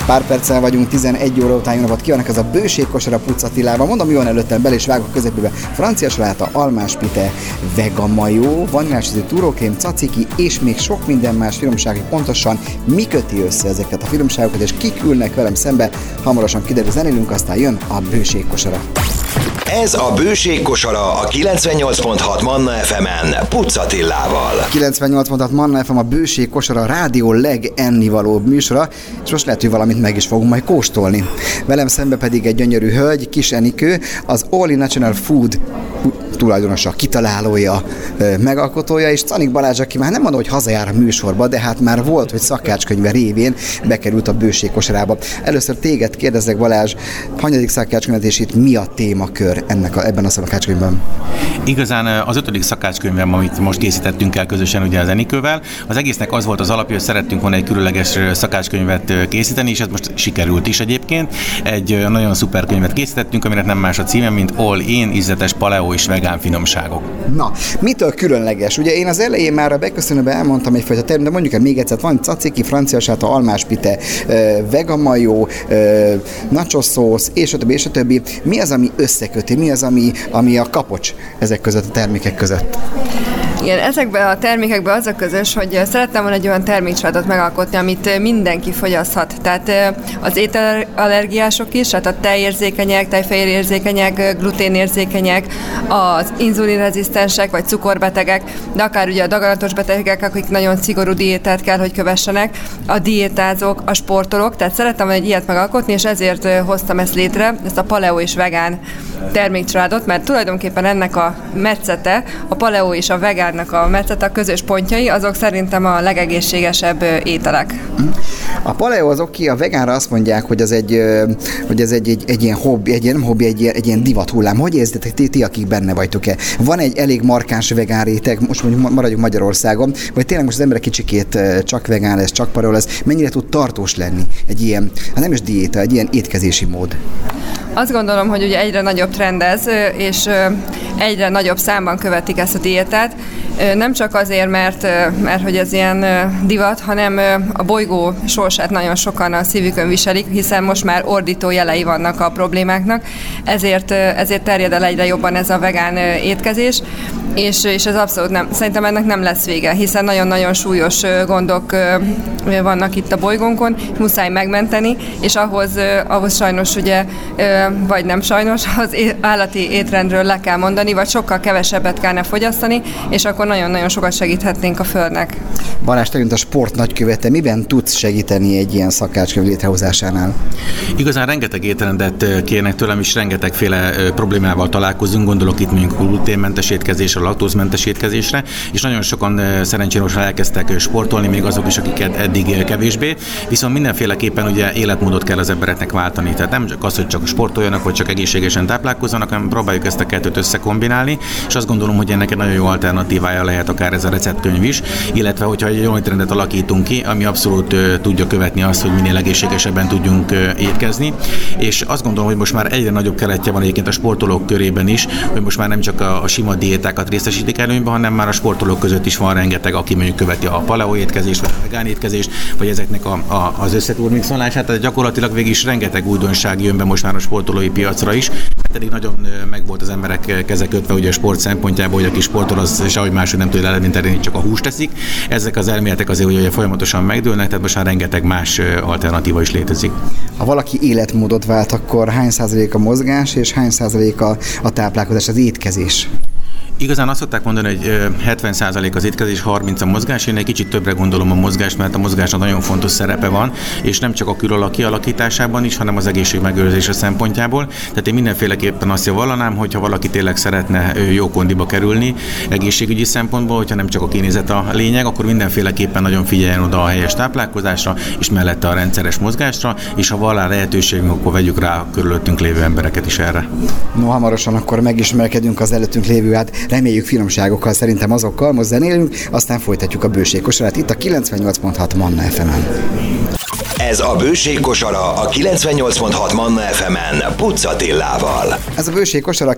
Pár perccel vagyunk 11 óra után, jó napot kívánok, ez a bőségkosara Pucz Attilával. Mondom, jól előttem bele és vágok közepébe. Francia saláta, almáspite, vegamajó, vanilásízű túrókrém, caciki és még sok minden más finomság, pontosan mi köti össze ezeket a finomságokat, és kik ülnek velem szembe. Hamarosan kiderül, zenélünk, aztán jön a bőségkosara. Ez a bőségkosara a 98.6 Manna FM-en Pucz Attilával. 98.6 Manna FM a bőségkosara rádió legennivalóbb műsora, és most lehet, hogy valamit meg is fogunk majd kóstolni. Velem szembe pedig egy gyönyörű hölgy, Kis Enikő, az All in Natural Food tulajdonosa, kitalálója, megalkotója, és Czanik Balázs, aki már nem mondom, hogy hazajár a műsorba, de hát már volt, hogy szakácskönyve révén bekerült a bőségkosarába. Először téged kérdezlek, Balázs, hanyadik szakácskönyvet, és itt mi a témakör ebben a szakácskönyvben? Igazán az 5. szakácskönyvem, amit most készítettünk el közösen ugye az Enikővel, az egésznek az volt az alapja, hogy szerettünk volna egy különleges szakácskönyvet készíteni, és ez most sikerült is egyébként. Egy nagyon szuper könyvet készítettünk, aminek nem más a címe, mint All In, ízletes paleo és vegán finomságok. Na, mitől különleges? Ugye én az elején már a beköszönőben elmondtam egyfajta term, de mondjuk el még egyszer, van caciki, francia saláta, almáspite, vegamajó, nacho szósz, és a többi, és a többi. Mi az, ami összeköti? Mi az, ami a kapocs ezek között, a termékek között? Igen, ezekben a termékekben az a közös, hogy szerettem volna egy olyan termékcsaládot megalkotni, amit mindenki fogyaszthat. Tehát az ételallergiások is, tehát a tejérzékenyek, tejfehérjérzékenyek, gluténérzékenyek, az inzulinrezisztensek vagy cukorbetegek, de akár ugye a daganatos betegek, akik nagyon szigorú diétát kell, hogy kövessenek, a diétázók, a sportolók, tehát szerettem volna egy ilyet megalkotni, és ezért hoztam ezt létre, ezt a paleo és vegán termékcsaládot, mert tulajdonképpen ennek a metszete, a paleo és a vegánnak a metszete, a közös pontjai, azok szerintem a legegészségesebb ételek. A paleo az oké, a vegánra azt mondják, hogy ez egy ilyen hobbi, egy ilyen divat hullám. Hogy érzitek ti, akik benne vagytok-e? Van egy elég markáns vegán réteg, most mondjuk maradjunk Magyarországon, vagy tényleg most az emberek kicsikét csak vegán lesz, csak paleo lesz, mennyire tud tartós lenni egy ilyen, hát nem is diéta, egy ilyen étkezési mód? Azt gondolom, hogy ugye egyre nagyobb trend ez, és egyre nagyobb számban követik ezt a diétát. Nem csak azért, mert hogy ez ilyen divat, hanem a bolygó sorsát nagyon sokan a szívükön viselik, hiszen most már ordító jelei vannak a problémáknak, ezért terjed el egyre jobban ez a vegán étkezés, és ez abszolút nem, szerintem ennek nem lesz vége, hiszen nagyon-nagyon súlyos gondok vannak itt a bolygónkon, muszáj megmenteni, és ahhoz sajnos ugye, vagy nem sajnos, az állati étrendről le kell mondani, vagy sokkal kevesebbet kellene fogyasztani, és akkor nagyon-nagyon sokat segíthetnénk a Földnek. Balázs, te, mint a sport nagykövete, miben tudsz segíteni egy ilyen szakácskönyv létrehozásánál? Igazán rengeteg étrendet kérnek tőlem, és rengetegféle problémával találkozunk, gondolok itt mondjuk gluténmentes étkezésre, laktózmentes étkezésre, és nagyon sokan szerencsére most elkezdtek sportolni, még azok is, akiket eddig kevésbé, viszont mindenféleképpen ugye életmódot kell az embereknek váltani. Tehát nem csak az, hogy csak sportoljanak, vagy csak egészségesen táplálkozzanak, hanem próbáljuk ezt a kettőt összekombinálni, és azt gondolom, hogy ennek egy nagyon jó alternatívája lehet akár ez a receptkönyv is, illetve hogyha egy olyan étrendet alakítunk ki, ami abszolút tudja követni azt, hogy minél egészségesebben tudjunk étkezni, és azt gondolom, hogy most már egyre nagyobb keletje van egyébként a sportolók körében is, hogy most már nem csak a sima diétákat részesítik előnybe, hanem már a sportolók között is van rengeteg, aki mondjuk követi a paleo étkezést, vagy a vegán étkezést, vagy ezeknek az összetúrmixolását, tehát gyakorlatilag végig is rengeteg újdonság jön be most már a sportolói piacra is, pedig nagyon megvolt az emberek keze kötve ugye a sport szempontjából, hogy aki sportol, az sehogy máshogy nem tudja eredményt elérni, csak a húst teszik. Ezek az elméletek azért ugye folyamatosan megdőlnek, tehát most már rengeteg más alternatíva is létezik. Ha valaki életmódot vált, akkor hány százalék a mozgás, és hány százalék a táplálkozás, az étkezés? Igazán azt szokták mondani, hogy 70% az étkezés, 30% a mozgás. Én egy kicsit többre gondolom a mozgást, mert a mozgásnak nagyon fontos szerepe van, és nem csak a külalak kialakításában is, hanem az egészség megőrzése szempontjából. Tehát én mindenféleképpen azt javallanám, hogy ha valaki tényleg szeretne jó kondiba kerülni egészségügyi szempontból, hogyha nem csak a kinézet a lényeg, akkor mindenféleképpen nagyon figyeljen oda a helyes táplálkozásra, és mellette a rendszeres mozgásra, és ha van rá lehetőségünk, akkor vegyük rá a körülöttünk lévő embereket is erre. No, hamarosan akkor megismerkedünk az előttünk lévő, reméljük finomságokkal, szerintem azokkal, most zenélünk, aztán folytatjuk a bőségkosarát itt a 98.6 Manna FM-en. Ez a bőségkosara a 98.6 Manna FM-en Pucz Attilával. Ez a bőségkosara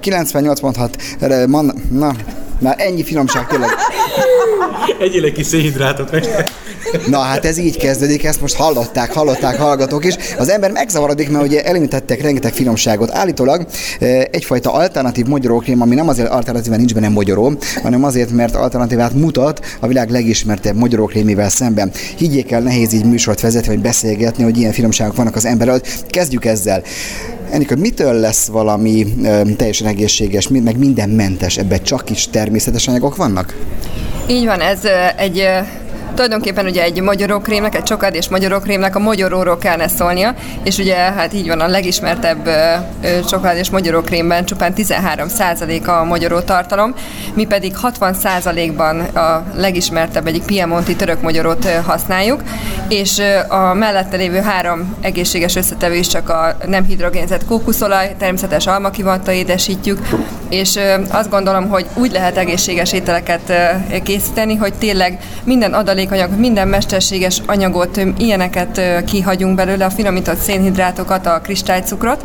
98.6 Manna... Na, már ennyi finomság tényleg. Egyél egy kis szénhidrátot meg. Na hát ez így kezdődik, ezt most hallották hallgatók is. Az ember megzavarodik, mert ugye említettek rengeteg finomságot. Állítólag egyfajta alternatív mogyorókrém, ami nem azért alternatíven nincs benne mogyoró, hanem azért, mert alternatívát mutat a világ legismertebb mogyorókrémével szemben. Higgyék el, nehéz így műsort vezetni, vagy beszélgetni, hogy ilyen finomságok vannak az ember előtt. Kezdjük ezzel. Enikő, mitől lesz valami teljesen egészséges, meg mindenmentes? Ebben csak is természetes anyagok vannak? Így van, ez tulajdonképpen ugye egy mogyorókrémnek, egy csokoládés mogyorókrémnek a mogyoróról kellene szólnia, és ugye hát így van, a legismertebb csokoládés mogyorókrémben csupán 13% a mogyoró tartalom, mi pedig 60%-ban a legismertebb egyik piemonti török mogyorót használjuk, és a mellette lévő 3 egészséges összetevő is csak a nem hidrogénzett kókuszolaj, természetes almakivatta édesítjük, és azt gondolom, hogy úgy lehet egészséges ételeket készíteni, hogy tényleg minden adalékanyag, minden mesterséges anyagot, ilyeneket kihagyunk belőle, a finomított szénhidrátokat, a kristálycukrot,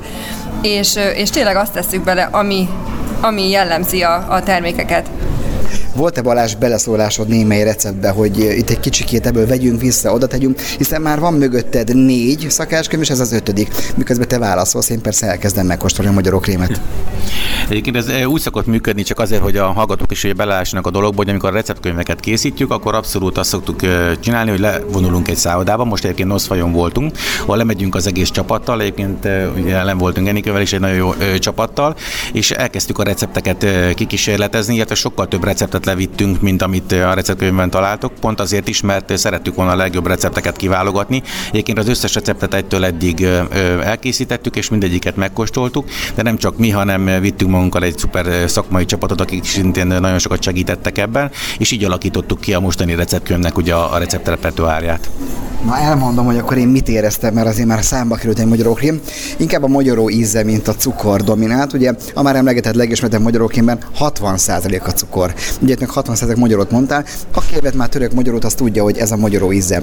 és tényleg azt tesszük bele, ami jellemzi a termékeket. Volt-e, Balázs, beleszólásod némely receptbe, hogy itt egy kicsikét ebből vegyünk vissza, oda tegyünk, hiszen már van mögötted 4 szakácskönyv, és ez az 5. Miközben te válaszolsz, én persze elkezdem megkóstolni a mogyorókrémet. Egyébként ez úgy szokott működni, csak azért, hogy a hallgatók is belelássanak a dologba, hogy amikor a receptkönyveket készítjük, akkor abszolút azt szoktuk csinálni, hogy levonulunk egy szállodába. Most egyébként Noszfajon voltunk, ahol lemegyünk az egész csapattal, egyébként ugye ellen voltunk Enikővel is egy nagyon jó csapattal, és elkezdtük a recepteket kikísérletezni, illetve sokkal több receptet levittünk, mint amit a receptkönyvben találtok, pont azért is, mert szerettük volna a legjobb recepteket kiválogatni. Egyébként az összes receptet egytől eddig elkészítettük, és mindegyiket megkóstoltuk, de nem csak mi, hanem vittünk magunkkal egy szuper szakmai csapatot, akik szintén nagyon sokat segítettek ebben, és így alakítottuk ki a mostani receptkönyvnek ugye a receptrepertoárját. Na, elmondom, hogy akkor én mit éreztem, mert azért már számba került egy mogyorókrém. Inkább a mogyoró íze, mint a cukor dominált. Ugye a már emlegetett legismertebb mogyorókrémben 60% a cukor. Ugye itt meg 60% mogyorót mondtál. Aki evett már török mogyorót, az tudja, hogy ez a mogyoró íze.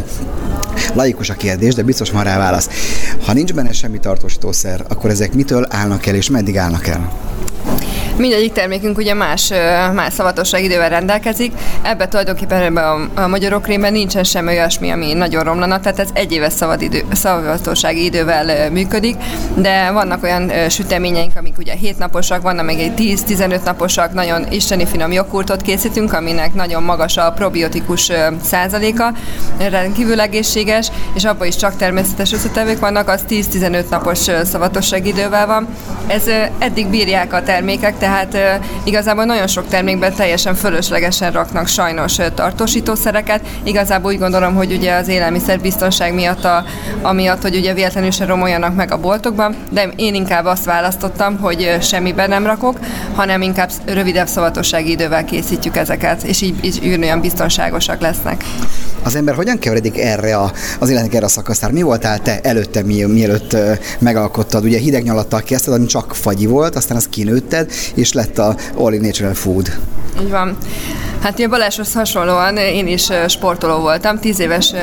Laikus a kérdés, de biztos van rá válasz. Ha nincs benne semmi tartósítószer, akkor ezek mitől állnak el, és meddig állnak el? Mindegyik termékünk ugye más szavatossági idővel rendelkezik, ebben tulajdonképpen a mogyorókrémben nincsen semmi olyasmi, ami nagyon romlana, tehát ez 1 éves szavatossági idővel működik, de vannak olyan süteményeink, amik ugye 7 naposak, vannak még egy 10-15 naposak, nagyon isteni finom joghurtot készítünk, aminek nagyon magas a probiotikus százaléka, rendkívül egészséges, és abban is csak természetes összetevők vannak, az 10-15 napos szavatossági idővel van. Ez eddig bírják a termékek, tehát igazából nagyon sok termékben teljesen fölöslegesen raknak sajnos tartósítószereket. Igazából úgy gondolom, hogy ugye az élelmiszerbiztonság miatt, amiatt, hogy ugye véletlenül se romoljanak meg a boltokban, de én inkább azt választottam, hogy semmiben nem rakok, hanem inkább rövidebb szavatossági idővel készítjük ezeket, és így olyan biztonságosak lesznek. Az ember hogyan keveredik az életnek erre a szakaszára? Mi voltál te előtte, mielőtt megalkottad? Ugye hideg nyalattal kezdted, ami csak fagyi volt, aztán azt kinőtted, és lett a All Natural Food. Így van. Hát ugye Balázshoz hasonlóan én is sportoló voltam, 10 éves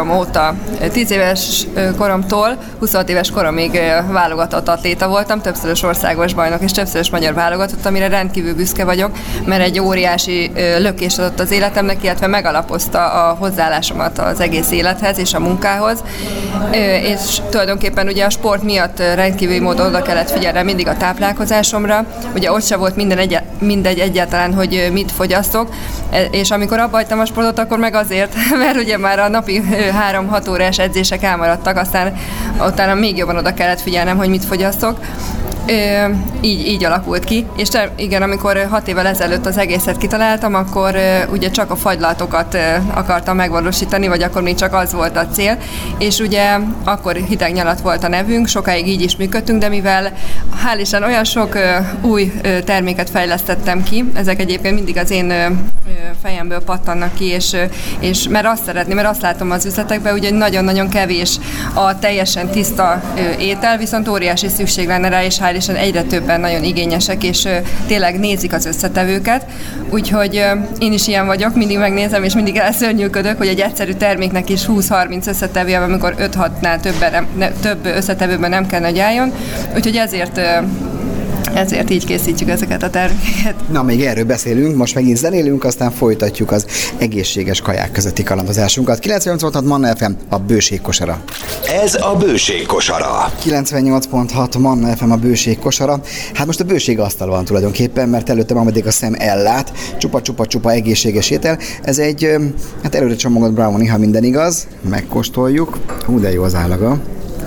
koromtól 26 éves koromig válogatott atléta voltam, többszörös országos bajnok és többszörös magyar válogatott, amire rendkívül büszke vagyok, mert egy óriási lökést adott az életemnek, illetve megalapozta a hozzáállásomat az egész élethez és a munkához, és tulajdonképpen ugye a sport miatt rendkívüli módon oda kellett figyelni mindig a táplálkozásomra, ugye ott se volt mindegy egyáltalán, hogy mit fogyasztok, és amikor abba hagytam a sportot, akkor meg azért, mert ugye már a napi 3-6 órás edzések elmaradtak, aztán utána még jobban oda kellett figyelnem, hogy mit fogyasztok. Így alakult ki, és igen, amikor 6 évvel ezelőtt az egészet kitaláltam, akkor ugye csak a fagylatokat akartam megvalósítani, vagy akkor még csak az volt a cél, és ugye akkor hideg nyalat volt a nevünk, sokáig így is működtünk, de mivel hál' Isten olyan sok új terméket fejlesztettem ki, ezek egyébként mindig az én fejemből pattannak ki, és mert azt látom az üzletekben, ugye nagyon-nagyon kevés a teljesen tiszta étel, viszont óriási szükség lenne rá, és hál' Isten egyre többen nagyon igényesek, és tényleg nézik az összetevőket, úgyhogy én is ilyen vagyok, mindig megnézem, és mindig elszörnyűködök, hogy egy egyszerű terméknek is 20-30 összetevője, amikor 5-6-nál több összetevőben nem kell, hogy álljon, úgyhogy ezért ezért így készítjük ezeket a termékeket. Na, még erről beszélünk, most megint zenélünk, aztán folytatjuk az egészséges kaják közötti kalandozásunkat. 98.6 Manna FM, a bőség kosara. Ez a bőség kosara. 98.6 Manna FM, a bőség kosara. Hát most a bőség asztal van tulajdonképpen, mert előttem ameddig a szem ellát, csupa egészséges étel. Ez egy, hát előre csomagott brownie, ha minden igaz. Megkóstoljuk. Hú, de jó az állaga.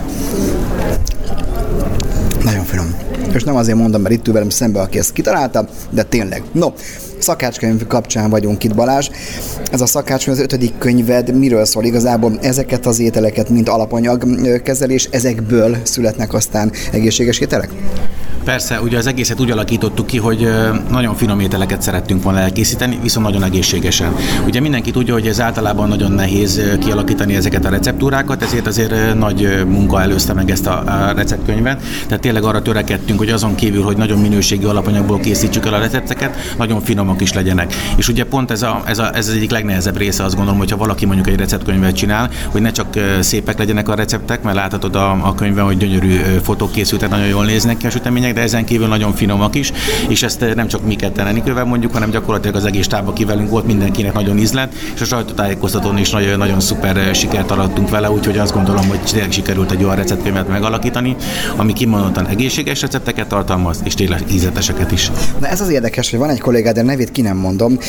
Nagyon finom. És nem azért mondom, mert itt ül velem szembe, aki ezt kitalálta, de tényleg. No, szakácskönyv kapcsán vagyunk itt, Balázs. Ez a szakácskönyv, az 5. könyved miről szól igazából? Ezeket az ételeket, mint alapanyagkezelés, ezekből születnek aztán egészséges ételek? Persze, ugye az egészet úgy alakítottuk ki, hogy nagyon finom ételeket szerettünk volna elkészíteni, viszont nagyon egészségesen. Ugye mindenki tudja, hogy ez általában nagyon nehéz kialakítani ezeket a receptúrákat, ezért azért nagy munka előzte meg ezt a receptkönyvet. Tehát tényleg arra törekedtünk, hogy azon kívül, hogy nagyon minőségi alapanyagból készítsük el a recepteket, nagyon finomak is legyenek. És ugye pont ez az egyik legnehezebb része, azt gondolom, hogyha valaki mondjuk egy receptkönyvet csinál, hogy ne csak szépek legyenek a receptek, mert láthatod a könyvben, hogy gyönyörű fotók készültek, nagyon jól néznek ki a sütemények, de ezen kívül nagyon finomak is, és ezt nem csak mi ketten Enikővel mondjuk, hanem gyakorlatilag az egész táb, aki velünk volt, mindenkinek nagyon ízlett, és a sajtótájékoztatón is nagyon szuper sikert arattunk vele, úgyhogy azt gondolom, hogy tényleg sikerült egy olyan receptkönyvet megalakítani, ami kimondottan egészséges recepteket tartalmaz, és tényleg ízleteseket is. Na ez az érdekes, hogy van egy kollégád, de nevét ki nem mondom,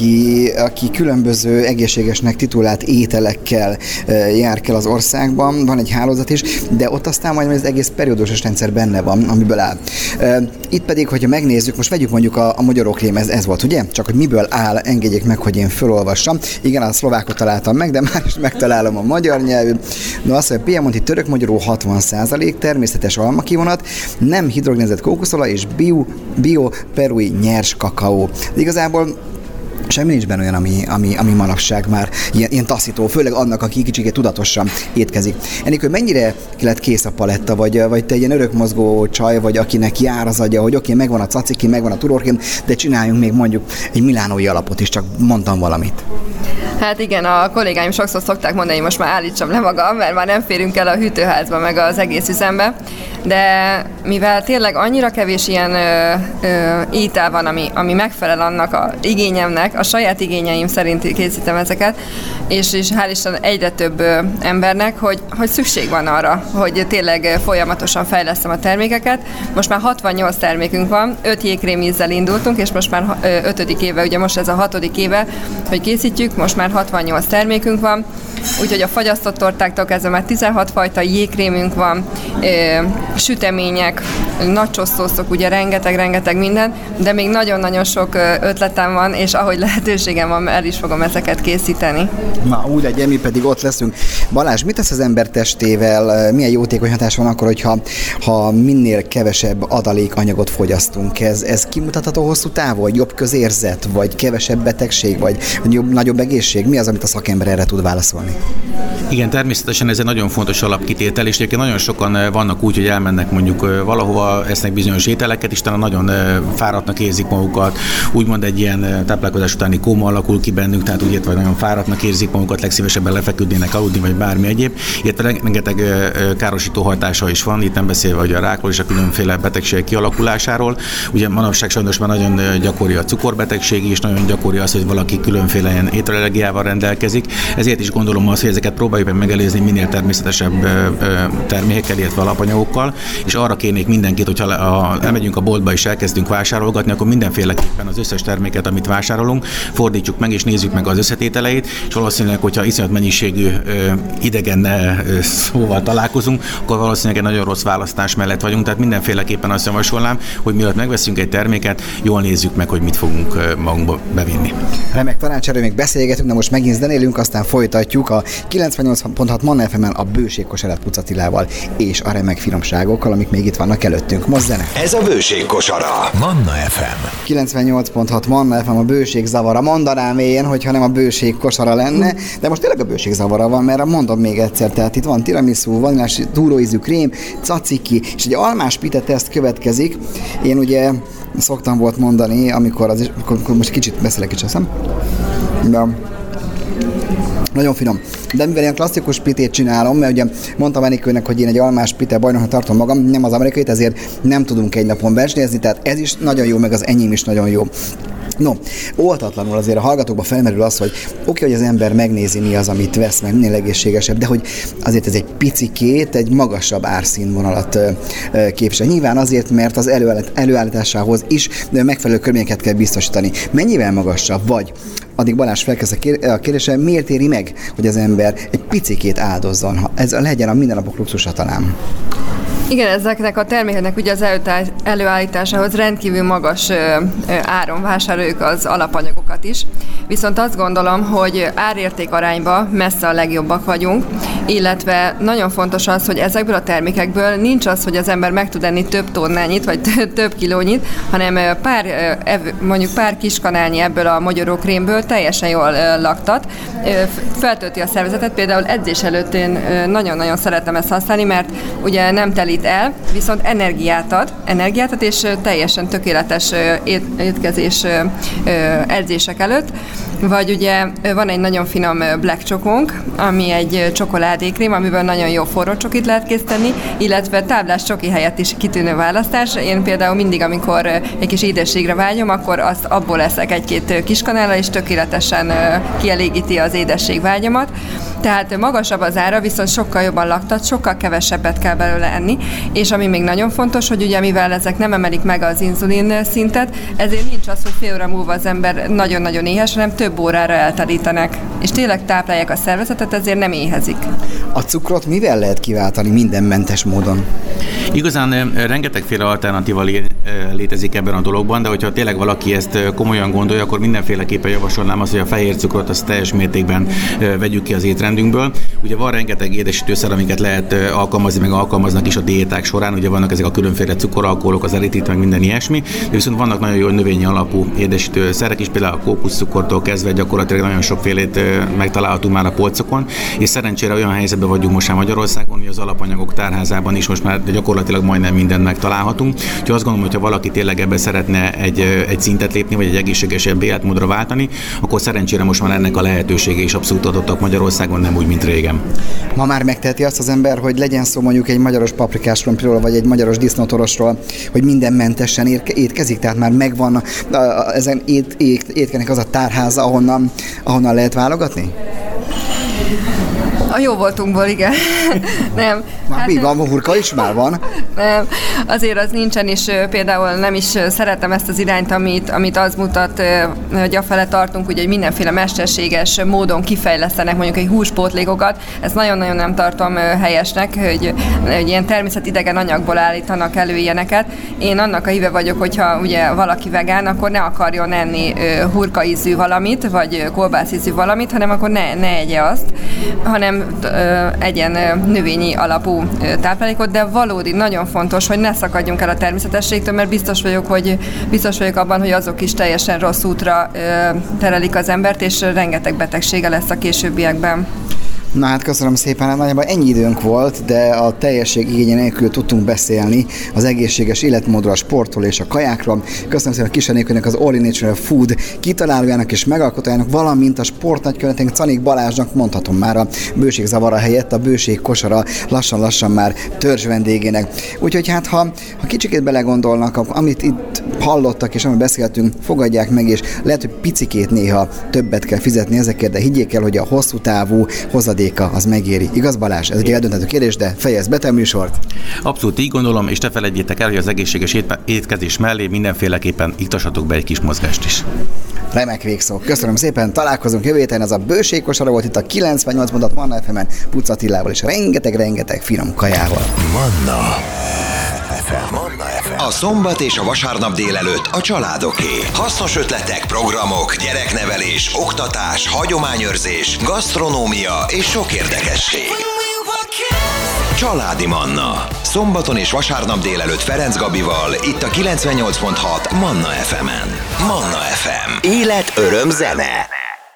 aki különböző egészségesnek titulált ételekkel jár kell az országban, van egy hálózat is, de ott aztán majd az egész periódusos rendszer benne van, amiből áll. Itt pedig, hogyha megnézzük, most vegyük mondjuk a magyarókrém, ez volt, ugye? Csak hogy miből áll, engedjék meg, hogy én felolvassam. Igen, a szlovákot találtam meg, de már is megtalálom a magyar nyelvű. No, azt mondja, piemonti török magyaró 60%, természetes almakivonat, nem hidrogenezett kókuszolaj és bio perui nyers kakaó. De igazából semmi nincs benne olyan, ami manapság már ilyen taszító, főleg annak, aki kicsit tudatosan étkezik. Enikő, mennyire lett kész a paletta, vagy te egy ilyen örökmozgó csaj, vagy akinek jár az agya, hogy oké, megvan a caciki, megvan a turorkém, de csináljunk még mondjuk egy milánói alapot is, csak mondtam valamit. Hát igen, a kollégáim sokszor szokták mondani, hogy most már állítsam le magam, mert már nem férünk el a hűtőházba, meg az egész üzembe, de mivel tényleg annyira kevés ilyen étel van, ami megfelel annak a igényemnek, a saját igényeim szerint készítem ezeket, és hál' Isten egyre több embernek, hogy szükség van arra, hogy tényleg folyamatosan fejlesztem a termékeket. Most már 68 termékünk van, 5 jégkrémízzel indultunk, és most már 5. éve, ugye most ez a 6. éve, hogy készítjük, most már 68 termékünk van, úgyhogy a fagyasztott tortáktól kezdve már 16 fajta jégkrémünk van, sütemények, nachos szószok, ugye rengeteg minden, de még nagyon-nagyon sok ötletem van, és ahogy lehetőségem van, el is fogom ezeket készíteni. Na, úgy legyen, mi pedig ott leszünk. Balázs, mit tesz az ember testével, milyen jótékony hatás van akkor, hogyha minél kevesebb adalékanyagot fogyasztunk? Ez kimutatható hosszú távon, vagy jobb közérzet, vagy kevesebb betegség, vagy nagyobb egészség? Mi az, amit a szakember erre tud válaszolni? Igen, természetesen ez egy nagyon fontos alapkitétel, és egyébként nagyon sokan vannak úgy, hogy elmennek mondjuk valahova, esznek bizonyos ételeket, és talán nagyon fáradtnak érzik magukat, úgymond egy ilyen táplálkozás utáni kóma alakul ki bennük, tehát úgy értve nagyon fáradtnak érzik magukat, legszívesebben lefeküdnének aludni, vagy bármi egyéb. Illetve rengeteg károsító hatása is van, itt nem beszélve hogy a rákról és a különféle betegségek kialakulásáról. Ugye manapság sajnos már nagyon gyakori a cukorbetegség, és nagyon gyakori az, hogy valaki különféle ilyen ételallergiával rendelkezik. Ezért is gondolom azt, hogy ezeket próbáljuk meg megelőzni minél természetesebb termékekkel, illetve alapanyagokkal, és arra kérnék mindenkit, hogyha elmegyünk a boltba és elkezdünk vásárolgatni, akkor mindenféleképpen az összes terméket, amit vásárolunk, fordítsuk meg és nézzük meg az összetételeit, és valószínűleg, hogyha iszonyat mennyiségű idegen szóval találkozunk, akkor valószínűleg egy nagyon rossz választás mellett vagyunk, tehát mindenféleképpen azt javasolnám, hogy mielőtt megveszünk egy terméket, jól nézzük meg, hogy mit fogunk magunkba bevinni. Remek tanács, erről még beszélgetünk, de most megint zenélünk, aztán folytatjuk a 98.6 Manna FM-en a bőség kosarát Puc Attilával és a remek finomságokkal, amik még itt vannak előttünk. Most zene. Ez a bőség kosara. Manna FM. 98.6 Manna FM, a bőség zavara. Mondanám én, hogyha nem a bőség kosara lenne, de most tényleg a bőség zavara van, mert mondom még egyszer, tehát itt van tiramisu, vanilás túróízű krém, caciki, és egy almás pite teszt következik. Én ugye szoktam volt mondani, amikor most kicsit beszélek is, hiszem. De Nagyon finom. De mivel ilyen klasszikus pitét csinálom, mert ugye mondtam Enikőnek, hogy én egy almás pite bajnoknak tartom magam, nem az amerikait, ezért nem tudunk egy napon benchnézni, tehát ez is nagyon jó, meg az enyém is nagyon jó. No, oltatlanul azért a hallgatókban felmerül az, hogy oké, hogy az ember megnézi, mi az, amit vesz, meg minél egészségesebb, de hogy azért ez egy picikét, egy magasabb árszínvonalat képvisel. Nyilván azért, mert az előállításához is megfelelő körülményeket kell biztosítani. Mennyivel magasabb vagy? Addig Balázs felkezd a kérdésre, miért éri meg, hogy az ember egy picikét áldozzon, ha ez legyen a mindennapok luxusa talán? Igen, ezeknek a termékeknek ugye az előállításához rendkívül magas áron vásároljuk az alapanyagokat is, viszont azt gondolom, hogy árérték arányban messze a legjobbak vagyunk, illetve nagyon fontos az, hogy ezekből a termékekből nincs az, hogy az ember meg tud enni több tonnányit, vagy több kilónyit, hanem mondjuk pár kiskanálnyi ebből a mogyorókrémből teljesen jól laktat, feltölti a szervezetet, például edzés előtt én nagyon-nagyon szeretem ezt használni, mert ugye nem telít el, viszont energiát ad, és teljesen tökéletes étkezés edzések előtt. Vagy ugye van egy nagyon finom black csokónk, ami egy csokoládékrém, amiből nagyon jó forró csokit lehet készíteni, illetve táblás csoki helyett is kitűnő választás. Én például mindig, amikor egy kis édességre vágyom, akkor azt abból leszek egy-két kiskanállal, és tökéletesen kielégíti az édesség vágyamat. Tehát magasabb az ára, viszont sokkal jobban laktat, sokkal kevesebbet kell belőle enni, és ami még nagyon fontos, hogy ugye mivel ezek nem emelik meg az inzulin szintet, ezért nincs az, hogy fél óra múlva az ember nagyon-nagyon éhes, hanem több órára elterítenek, és tényleg táplálják a szervezetet, ezért nem éhezik. A cukrot mivel lehet kiváltani mindenmentes módon? Igazán rengetegféle alternatíva létezik ebben a dologban, de hogyha tényleg valaki ezt komolyan gondolja, akkor mindenféleképpen javasolnám azt, hogy a fehér cukrot azt teljes mértékben vegyük ki az étrendünkből. Ugye van rengeteg édesítőszer, amiket lehet alkalmazni, meg alkalmaznak is a diéták során, ugye vannak ezek a különféle cukoralkoholok, az eritrít, meg minden ilyesmi, de viszont vannak nagyon jó növényi alapú édesítőszerek is, például a kókuszcukortól kezdve gyakorlatilag nagyon sokfélét megtalálhatunk már a polcokon, és szerencsére olyan helyzetben vagyunk most már Magyarországon, hogy az alapanyagok tárházában is most már gyakorlatilag majdnem mindent megtalálhatunk. Úgyhogy azt gondolom, hogy ha valaki tényleg ebben szeretne egy szintet lépni, vagy egy egészségesebb életmódra váltani, akkor szerencsére most már ennek a lehetősége is abszolút adottak Magyarországon, nem úgy, mint régen. Ma már megteheti azt az ember, hogy legyen szó mondjuk egy magyaros paprikásról, vagy egy magyaros disznótorosról, hogy mindenmentesen étkezik, tehát már megvan ezen étkenek az a tárháza, ahonnan lehet válogatni? A jó voltunkból, igen. Nem. Már mi van, hurka is már van? Nem, azért az nincsen, és például nem is szeretem ezt az irányt, amit az mutat, hogy afele tartunk, ugye, hogy mindenféle mesterséges módon kifejlesztenek mondjuk egy húspótlékokat. Ezt nagyon-nagyon nem tartom helyesnek, hogy ilyen természetidegen anyagból állítanak elő ilyeneket. Én annak a híve vagyok, hogyha ugye valaki vegán, akkor ne akarjon enni hurkaízű valamit, vagy kolbászízű valamit, hanem akkor ne egye azt, hanem egyen növényi alapú táplálékot, de valódi, nagyon fontos, hogy ne szakadjunk el a természetességtől, mert biztos vagyok abban, hogy azok is teljesen rossz útra terelik az embert, és rengeteg betegsége lesz a későbbiekben. Na hát köszönöm szépen, nagyjából ennyi időnk volt, de a teljesség igénye nélkül tudtunk beszélni az egészséges életmódról, a sportról és a kajákról. Köszönöm szépen a Kis Enikőnek, az All Natural Food kitalálójának és megalkotójának, valamint a sportnagykövetőnk Czanik Balázsnak, mondhatom már a bőségzavara helyett a bőség kosara lassan-lassan már törzs vendégének. Úgyhogy hát ha kicsikét belegondolnak, amit itt hallottak és amit beszéltünk, fogadják meg, és lehet, hogy picikét néha többet kell fizetni ezekért, de higgyék el, hogy a hosszú távú hozadéka az megéri. Igaz, Balázs? Ez egy eldönthető kérdés, de fejezd be te a műsort. Abszolút így gondolom, és te felejtjétek el, hogy az egészséges étkezés mellé mindenféleképpen iktassatok be egy kis mozgást is. Remek végszó. Köszönöm szépen, találkozunk jövő héten, ez a bőségkosara volt itt a 98 mondat Manna FM-en, Pucz Attilával és rengeteg finom kajával. Manna FM. A szombat és a vasárnap délelőtt a családoké. Hasznos ötletek, programok, gyereknevelés, oktatás, hagyományőrzés, gasztronómia és sok érdekesség. Családi Manna. Szombaton és vasárnap délelőtt Ferenc Gabival, itt a 98.6 Manna FM-en. Manna FM. Élet, öröm, zene.